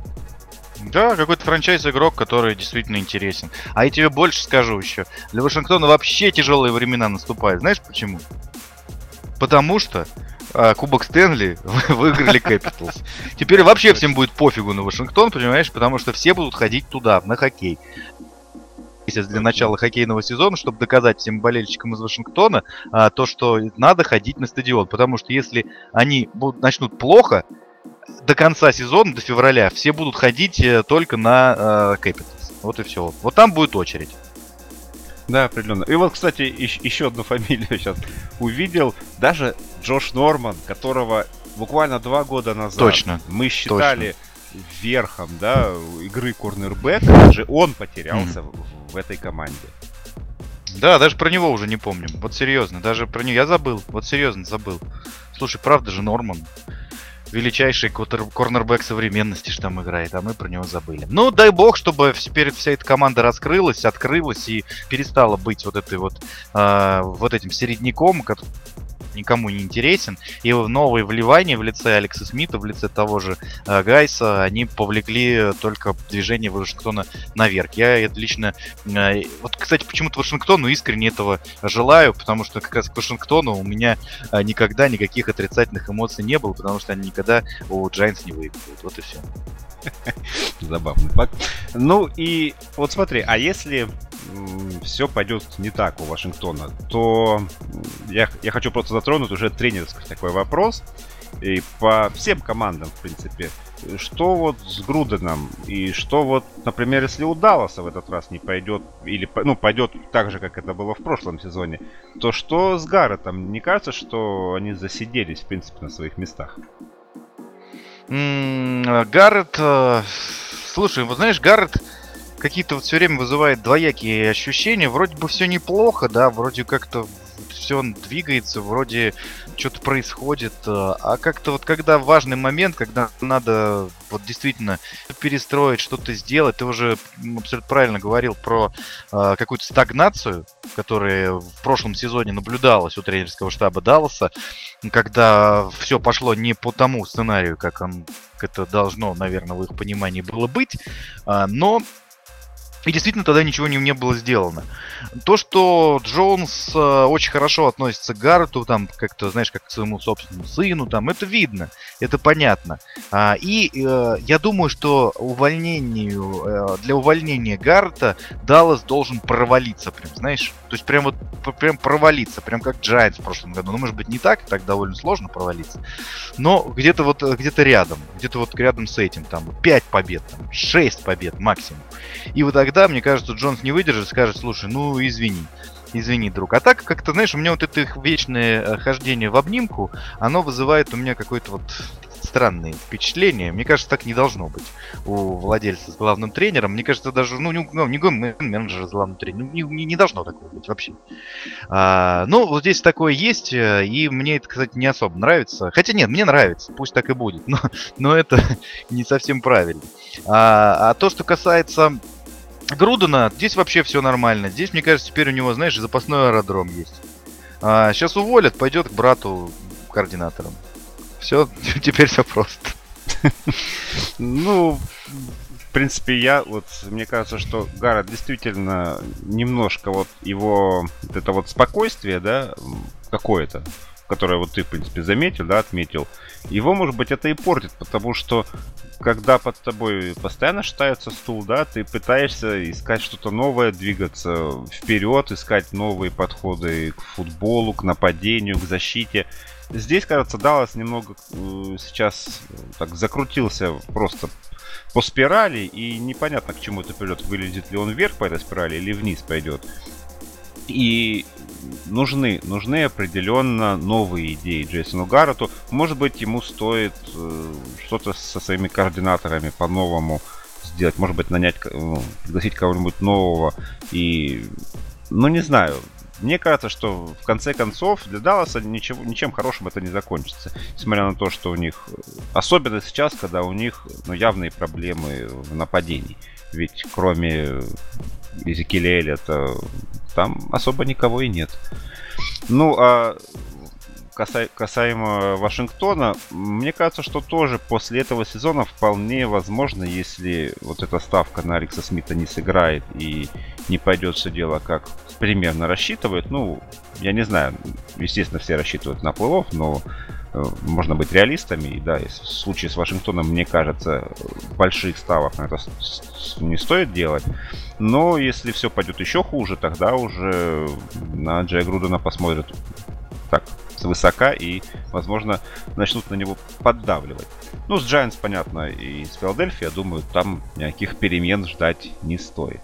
Да, какой-то франчайз-игрок, который действительно интересен. А я тебе больше скажу еще. Для Вашингтона вообще тяжелые времена наступают. Знаешь почему? Потому что Кубок Стэнли выиграли Capitals. Теперь вообще всем будет пофигу на Вашингтон, понимаешь? Потому что все будут ходить туда, на хоккей. Месяц для начала хоккейного сезона, чтобы доказать всем болельщикам из Вашингтона то, что надо ходить на стадион. Потому что если они начнут плохо, до конца сезона, до февраля, все будут ходить только на Capitals. Вот и все. Вот там будет очередь. Да, определенно. И вот, кстати, еще одну фамилию сейчас увидел. Даже Джош Норман, которого буквально 2 года назад точно, мы считали верхом, да, игры корнербэк, даже он потерялся в этой команде. Да, даже про него уже не помним. Вот серьезно, даже про него я забыл. Вот серьезно забыл. Слушай, правда же Норман величайший корнербэк современности, что там играет, а мы про него забыли. Ну, дай бог, чтобы теперь вся эта команда раскрылась, открылась и перестала быть вот этой вот этим середняком, который никому не интересен. И новые вливания в лице Алекса Смита, в лице того же Гайса, они повлекли только движение Вашингтона наверх. Я это лично... Вот, кстати, почему-то Вашингтону искренне этого желаю, потому что как раз к Вашингтону у меня никогда никаких отрицательных эмоций не было, потому что они никогда у Giants не выигрывают. Вот и все. Забавный факт. Ну и вот смотри, а если все пойдет не так у Вашингтона, то я хочу просто затронуть уже тренерский такой вопрос. И по всем командам, в принципе, что вот с Груденом и что вот, например, если у Далласа в этот раз не пойдет, или, ну, пойдет так же, как это было в прошлом сезоне, то что с Гарреттом? Не кажется, что они засиделись, в принципе, на своих местах? Гарретт, слушай, вот знаешь, Гарретт какие-то вот все время вызывает двоякие ощущения. Вроде бы все неплохо, да, вроде как-то все двигается, вроде что-то происходит. А как-то вот когда важный момент, когда надо вот действительно перестроить, что-то сделать, ты уже абсолютно правильно говорил про какую-то стагнацию, которая в прошлом сезоне наблюдалась у тренерского штаба Далласа, когда все пошло не по тому сценарию, как это должно, наверное, в их понимании было быть, но И действительно тогда ничего не было сделано. То, что Джонс очень хорошо относится к Гаррету, там, как-то, знаешь, как к своему собственному сыну, там, это видно, это понятно. Я думаю, что для увольнения Гаррета Даллас должен провалиться, прям, знаешь, то есть прям провалиться, прям как Giants в прошлом году. Ну, может быть, не так довольно сложно провалиться, но где-то рядом с этим, там, 5 побед, там, 6 побед максимум. И вот тогда, мне кажется, Джонс не выдержит, скажет: слушай, ну извини, друг. А так, как-то, знаешь, у меня вот это их вечное хождение в обнимку, оно вызывает у меня какое-то вот странные впечатления. Мне кажется, так не должно быть у владельца с главным тренером. Мне кажется, даже, не менеджера с главным тренером, не должно такого быть вообще. Вот здесь такое есть, и мне это, кстати, не особо нравится. Хотя нет, мне нравится, пусть так и будет, но это не совсем правильно. А то, что касается Грудена, здесь вообще все нормально. Здесь, мне кажется, теперь у него, знаешь, запасной аэродром есть. Сейчас уволят, пойдет к брату координатором. Все, теперь все просто. Ну, в принципе, мне кажется, что Гаррет действительно немножко вот его вот это вот спокойствие, да, какое-то, которое вот ты, в принципе, заметил, да, отметил, его, может быть, это и портит, потому что когда под тобой постоянно шатается стул, да, ты пытаешься искать что-то новое, двигаться вперед, искать новые подходы к футболу, к нападению, к защите. Здесь, кажется, Даллас немного сейчас так закрутился просто по спирали, и непонятно, к чему это придет. Вылезет ли он вверх по этой спирали или вниз пойдет. И нужны определенно новые идеи Джейсону Гаррету. Может быть, ему стоит что-то со своими координаторами по-новому сделать. Может быть, пригласить кого-нибудь нового. И, не знаю. Мне кажется, что в конце концов для Далласа ничем хорошим это не закончится. Несмотря на то, что у них, особенно сейчас, когда у них явные проблемы в нападении. Ведь кроме Эзекиэля Эллиота там особо никого и нет. Касаемо Вашингтона, мне кажется, что тоже после этого сезона вполне возможно, если вот эта ставка на Алекса Смита не сыграет и не пойдет все дело, как примерно рассчитывают. Я не знаю, естественно, все рассчитывают на плей-офф, но можно быть реалистами. И да, в случае с Вашингтоном, мне кажется, больших ставок на это не стоит делать. Но если все пойдет еще хуже, тогда уже на Джея Грудена посмотрят так свысока и, возможно, начнут на него поддавливать. С Giants, понятно, и с Филадельфией, я думаю, там никаких перемен ждать не стоит.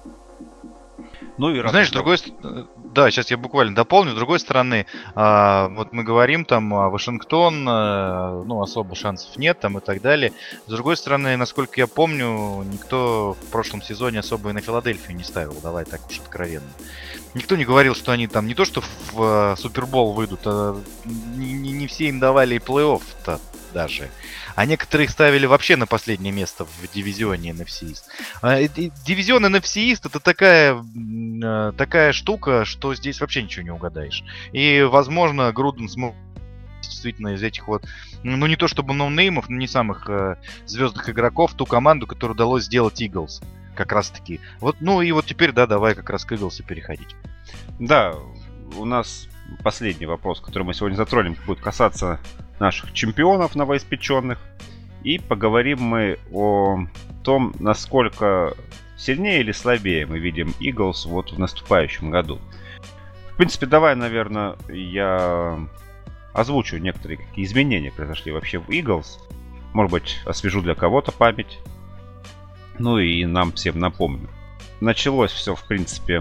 Знаешь, да, сейчас я буквально дополню. С другой стороны, вот мы говорим там Вашингтон, особо шансов нет там и так далее. С другой стороны, насколько я помню, никто в прошлом сезоне особо и на Филадельфию не ставил, давай так уж откровенно. Никто не говорил, что они там не то что в Супербол выйдут, а не все им давали и плей-офф-то даже. А некоторые их ставили вообще на последнее место в дивизионе NFC East. Дивизион NFC East это такая штука, что здесь вообще ничего не угадаешь. И, возможно, Груден смог действительно из этих вот, не то чтобы ноунеймов, но не самых звездных игроков, ту команду, которую удалось сделать Eagles. Как раз таки. И теперь, да, давай как раз к Eagles переходить. Да, у нас последний вопрос, который мы сегодня затронем, будет касаться наших чемпионов новоиспеченных. И поговорим мы о том, насколько сильнее или слабее мы видим Eagles вот в наступающем году. В принципе, давай, наверное, я озвучу некоторые какие изменения произошли вообще в Eagles. Может быть, освежу для кого-то память. И нам всем напомню. Началось все, в принципе,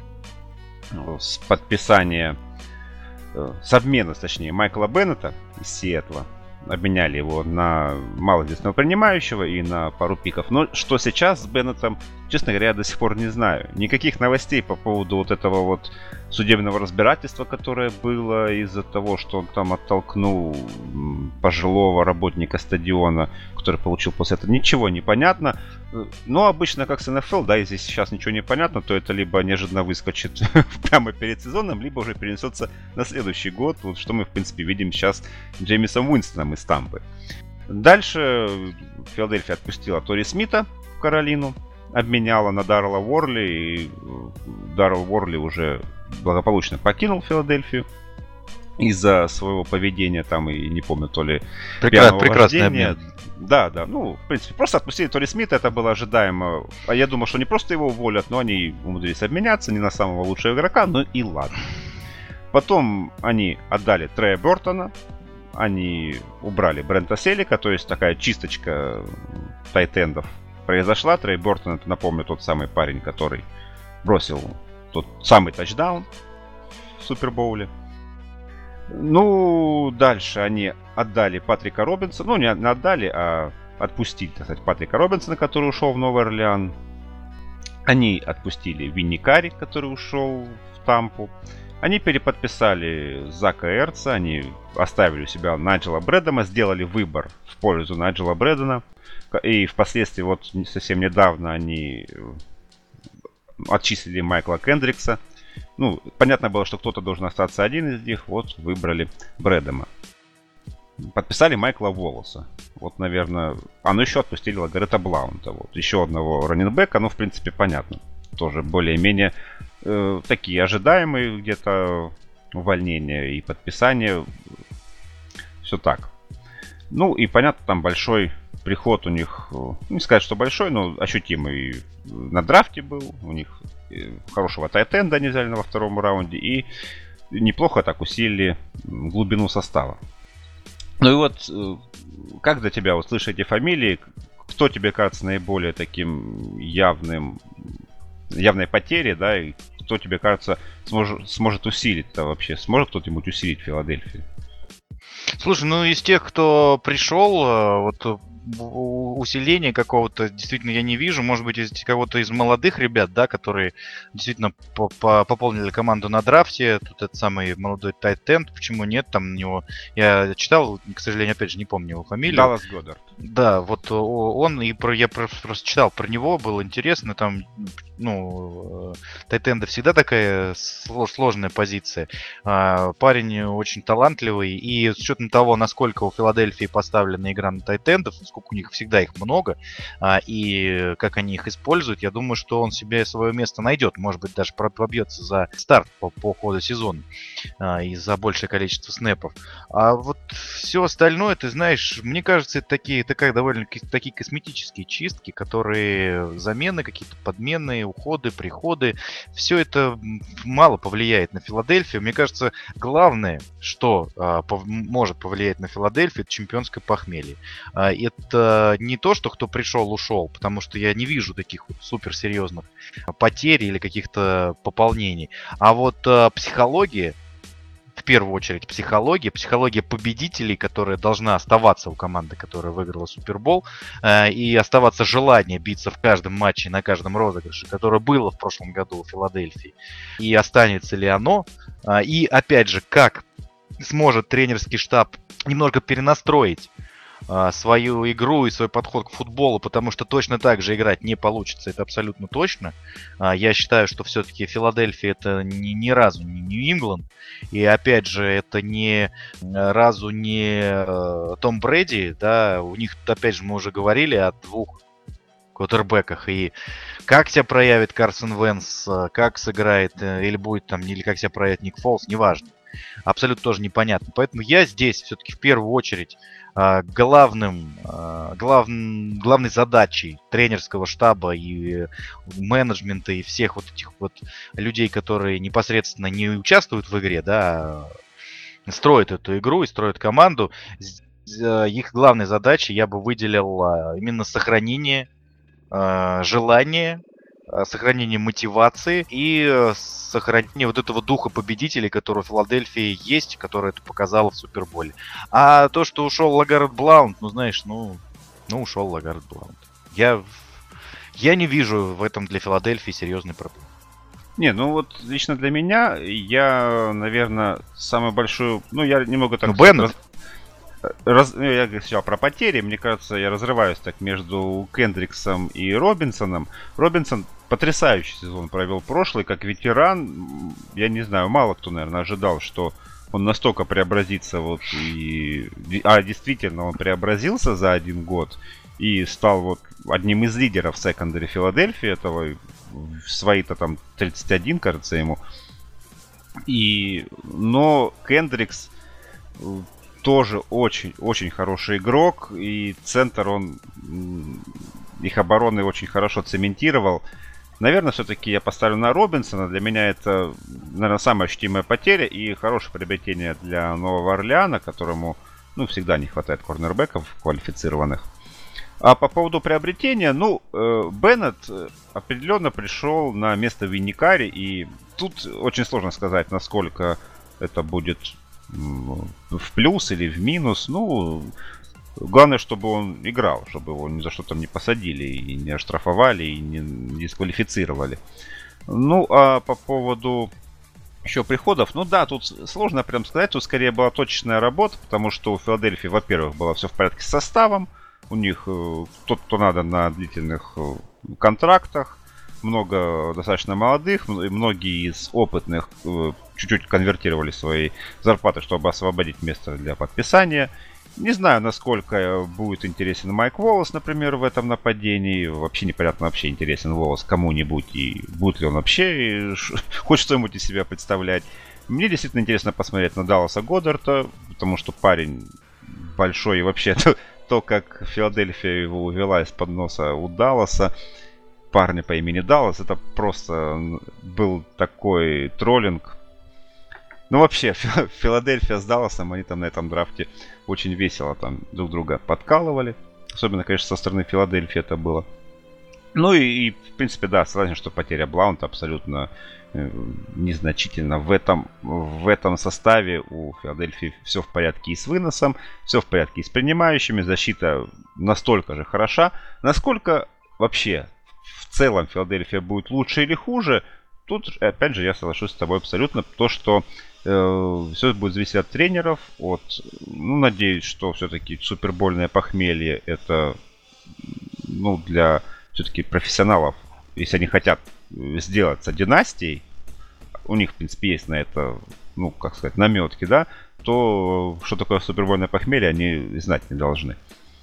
с подписания, с обмена, точнее, Майкла Беннета из Сиэтла. Обменяли его на малоизвестного принимающего и на пару пиков. Но что сейчас с Беннетом, честно говоря, я до сих пор не знаю. Никаких новостей по поводу вот этого вот судебного разбирательства, которое было из-за того, что он там оттолкнул пожилого работника стадиона, который получил после этого. Ничего не понятно. Но обычно, как с НФЛ, да, если сейчас ничего не понятно, то это либо неожиданно выскочит прямо перед сезоном, либо уже перенесется на следующий год. Вот что мы, в принципе, видим сейчас с Джеймисом Уинстоном из Тампы. Дальше Филадельфия отпустила Тори Смита в Каролину. обменяла на Даррелла Уорли, и Даррелл Уорли уже благополучно покинул Филадельфию из-за своего поведения там, и не помню, то ли пьяного Прекрасный вождения. обмен. Да, ну, в принципе, просто отпустили Тори Смита, это было ожидаемо. А я думал, что не просто его уволят, но они умудрились обменяться, не на самого лучшего игрока, ну и ладно. Потом они отдали Трея Бёртона, они убрали Брента Селика, то есть такая чисточка тайтендов произошла. Трей Бёртон, это, напомню, тот самый парень, который бросил тот самый тачдаун в Супербоуле. Ну, дальше они отдали Патрика Робинсона. Ну, не отдали, а отпустили, так сказать, Патрика Робинсона, который ушел в Новый Орлеан. Они отпустили Винни Карри, который ушел в Тампу. Они переподписали Зака Эрца, они оставили у себя Найджела Брэддена, сделали выбор в пользу Найджела Брэддена. И впоследствии, вот совсем недавно, они отчислили Майкла Кендрикса. Ну, понятно было, что кто-то должен остаться один из них. Вот выбрали Брэддена. Подписали Майкла Волоса. Вот, наверное... ну еще отпустили Лагарета Блаунта. Вот. Еще одного раннинбека. Ну, в принципе, понятно. Тоже более-менее такие ожидаемые где-то увольнения и подписания. Все так. Ну, и понятно, там большой приход у них... Не сказать, что большой, но ощутимый на драфте был. У них хорошего тайтенда они взяли во втором раунде. И неплохо так усилили глубину состава. Ну и вот, как для тебя, вот слыша эти фамилии, кто тебе кажется наиболее таким явной потерей, да, и кто тебе кажется сможет усилить-то вообще? Сможет кто-нибудь усилить Филадельфию? Слушай, ну из тех, кто пришел, вот усиления какого-то действительно я не вижу. Может быть, из кого-то из молодых ребят, да, которые действительно пополнили команду на драфте. Тут этот самый молодой тайтенд, почему нет? Там у него... Я читал, к сожалению, опять же, не помню его фамилию. Даллас Годдард. Да, вот он, и я просто читал про него, было интересно. Там, ну, тайтенда всегда такая сложная позиция. Парень очень талантливый, и с учетом того, насколько у Филадельфии поставлена игра на тайтендов, сколько у них всегда их много, и как они их используют, я думаю, что он себе свое место найдет. Может быть, даже пробьется за старт по ходу сезона и за большее количество снэпов. А вот все остальное, ты знаешь, мне кажется, это такая довольно такие косметические чистки, которые замены, какие-то подмены, уходы, приходы. Все это мало повлияет на Филадельфию. Мне кажется, главное, что может повлиять на Филадельфию, это чемпионское похмелье. Это не то, что кто пришел, ушел, потому что я не вижу таких вот суперсерьезных потерь или каких-то пополнений. А вот психология, в первую очередь психология победителей, которая должна оставаться у команды, которая выиграла Супербол, и оставаться желание биться в каждом матче, на каждом розыгрыше, которое было в прошлом году в Филадельфии. И останется ли оно? И опять же, как сможет тренерский штаб немного перенастроить свою игру и свой подход к футболу, потому что точно так же играть не получится, это абсолютно точно. Я считаю, что все-таки Филадельфия это ни разу не Нью-Ингланд, и опять же это ни разу не Том Брэди, да, у них, опять же, мы уже говорили о двух квотербеках, и как себя проявит Карсон Венс, как сыграет, или будет там, или как себя проявит Ник Фолс, неважно. Абсолютно тоже непонятно. Поэтому я здесь все-таки в первую очередь главной задачей тренерского штаба и менеджмента и всех вот этих вот людей, которые непосредственно не участвуют в игре, да, строят эту игру и строят команду, их главной задачей я бы выделил именно сохранение желания, сохранение мотивации и сохранение вот этого духа победителей, который у Филадельфии есть, который это показало в Суперболе. А то, что ушел Лагарет Блаунд, ну знаешь, ушел Лагарет Блаунд. Я не вижу в этом для Филадельфии серьезной проблемы. Не, ну вот лично для меня, я, наверное, самую большую... Ну, я немного так... Беннет. Я говорил про потери. Мне кажется, я разрываюсь так между Кендриксом и Робинсоном. Робинсон потрясающий сезон провел прошлый, как ветеран. Я не знаю, мало кто, наверное, ожидал, что он настолько преобразится. Вот, действительно, он преобразился за один год и стал вот одним из лидеров секондари Филадельфии этого. Свои-то там 31, кажется, ему. Но Кендрикс тоже очень хороший игрок. И центр их обороны очень хорошо цементировал. Наверное, все-таки я поставлю на Робинсона. Для меня это, наверное, самая ощутимая потеря и хорошее приобретение для Нового Орлеана, которому, всегда не хватает корнербеков квалифицированных. А по поводу приобретения, Беннет определенно пришел на место Винникари, и тут очень сложно сказать, насколько это будет в плюс или в минус. Главное, чтобы он играл, чтобы его ни за что там не посадили, и не оштрафовали, и не дисквалифицировали. А по поводу еще приходов, тут сложно прям сказать, тут скорее была точечная работа, потому что у Филадельфии, во-первых, было все в порядке с составом, у них тот, кто надо на длительных контрактах, много достаточно молодых, многие из опытных чуть-чуть конвертировали свои зарплаты, чтобы освободить место для подписания. Не знаю, насколько будет интересен Майк Волос, например, в этом нападении. Вообще непонятно, вообще интересен Волос кому-нибудь, и будет ли он вообще хоть что-нибудь из себя представлять. Мне действительно интересно посмотреть на Далласа Годдарта, потому что парень большой, и вообще то, как Филадельфия его увела из-под носа у Далласа, парня по имени Даллас, это просто был такой троллинг. Вообще, Филадельфия с Далласом, они там на этом драфте очень весело там друг друга подкалывали. Особенно, конечно, со стороны Филадельфии это было. И в принципе, да, согласен, что потеря Блаунта абсолютно незначительно. В этом составе у Филадельфии все в порядке и с выносом, все в порядке и с принимающими. Защита настолько же хороша. Насколько вообще в целом Филадельфия будет лучше или хуже, тут, опять же, я соглашусь с тобой абсолютно. То, что все будет зависеть от тренеров. Надеюсь, что все-таки супербольное похмелье это для все-таки профессионалов, если они хотят сделаться династией, у них, в принципе, есть на это, наметки, да, то что такое супербольное похмелье, они знать не должны.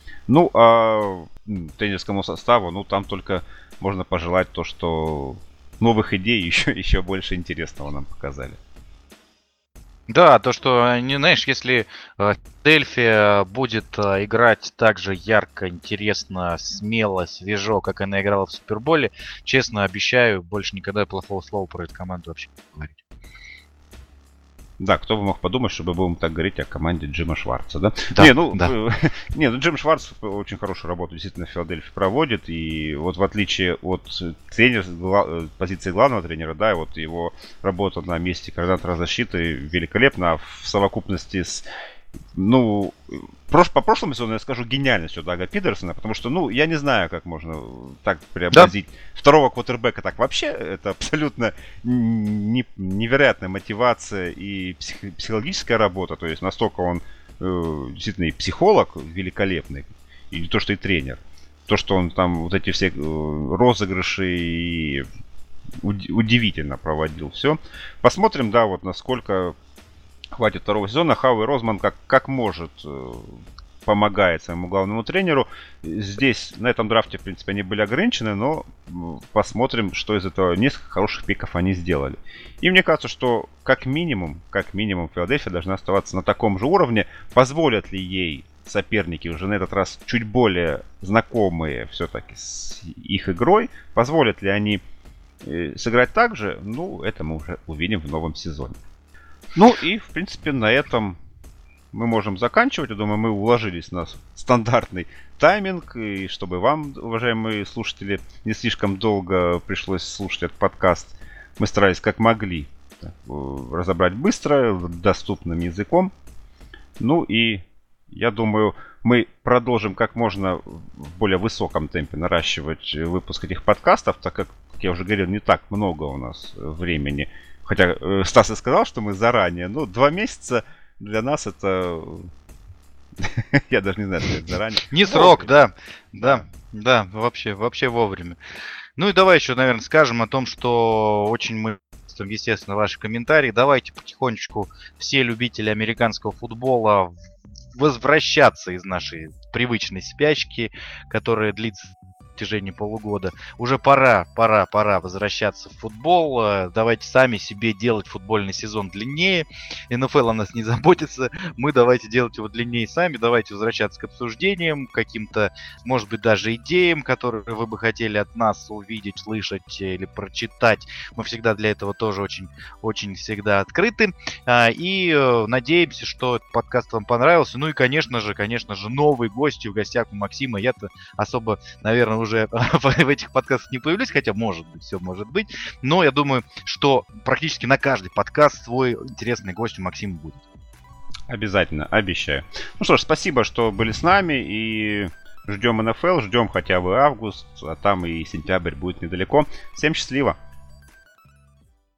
А тренерскому составу, там только можно пожелать то, что новых идей еще больше интересного нам показали. Да, то, что, знаешь, если Дельфия будет играть так же ярко, интересно, смело, свежо, как она играла в Суперболе, честно обещаю, больше никогда плохого слова про эту команду вообще не говорить. Да, кто бы мог подумать, чтобы будем так говорить о команде Джима Шварца, да? Да, Джим Шварц очень хорошую работу действительно в Филадельфии проводит, и вот в отличие от позиции главного тренера, да, и вот его работа на месте координатора защиты великолепна, а в совокупности с по прошлому сезону я скажу гениальностью Дага Пидерсона, потому что, я не знаю, как можно так преобразить второго квотербека. Так вообще, это абсолютно невероятная мотивация и психологическая работа. То есть настолько он действительно и психолог великолепный, и то, что и тренер. То, что он там вот эти все розыгрыши и удивительно проводил все. Посмотрим, да, вот насколько хватит второго сезона. Хауи Розман как может помогает своему главному тренеру. Здесь, на этом драфте, в принципе, они были ограничены, но посмотрим, что из этого. Несколько хороших пиков они сделали. И мне кажется, что как минимум Филадельфия должна оставаться на таком же уровне. Позволят ли ей соперники уже на этот раз чуть более знакомые все-таки с их игрой? Позволят ли они сыграть так же? Это мы уже увидим в новом сезоне. И, в принципе, на этом мы можем заканчивать. Я думаю, мы уложились на стандартный тайминг. И чтобы вам, уважаемые слушатели, не слишком долго пришлось слушать этот подкаст, мы старались как могли разобрать быстро, доступным языком. И я думаю, мы продолжим как можно в более высоком темпе наращивать выпуск этих подкастов, так как я уже говорил, не так много у нас времени. Хотя Стас и сказал, что мы заранее. 2 месяца для нас это... Я даже не знаю, что это заранее. Не срок, да. Да, вообще вовремя. И давай еще, наверное, скажем о том, что очень мы, естественно, ваши комментарии. Давайте потихонечку все любители американского футбола возвращаться из нашей привычной спячки, которая длится протяжении полугода. Уже пора возвращаться в футбол. Давайте сами себе делать футбольный сезон длиннее. НФЛ о нас не заботится. Мы давайте делать его длиннее сами. Давайте возвращаться к обсуждениям, каким-то, может быть, даже идеям, которые вы бы хотели от нас увидеть, слышать или прочитать. Мы всегда для этого тоже очень всегда открыты. И надеемся, что этот подкаст вам понравился. Ну и, конечно же, новые гости в гостях у Максима. Я-то особо, наверное, уже в этих подкастах не появлюсь, хотя, может быть, все может быть. Но я думаю, что практически на каждый подкаст свой интересный гость у Максима будет. Обязательно, обещаю. Ну что ж, спасибо, что были с нами, и ждем НФЛ, ждем хотя бы август, а там и сентябрь будет недалеко. Всем счастливо!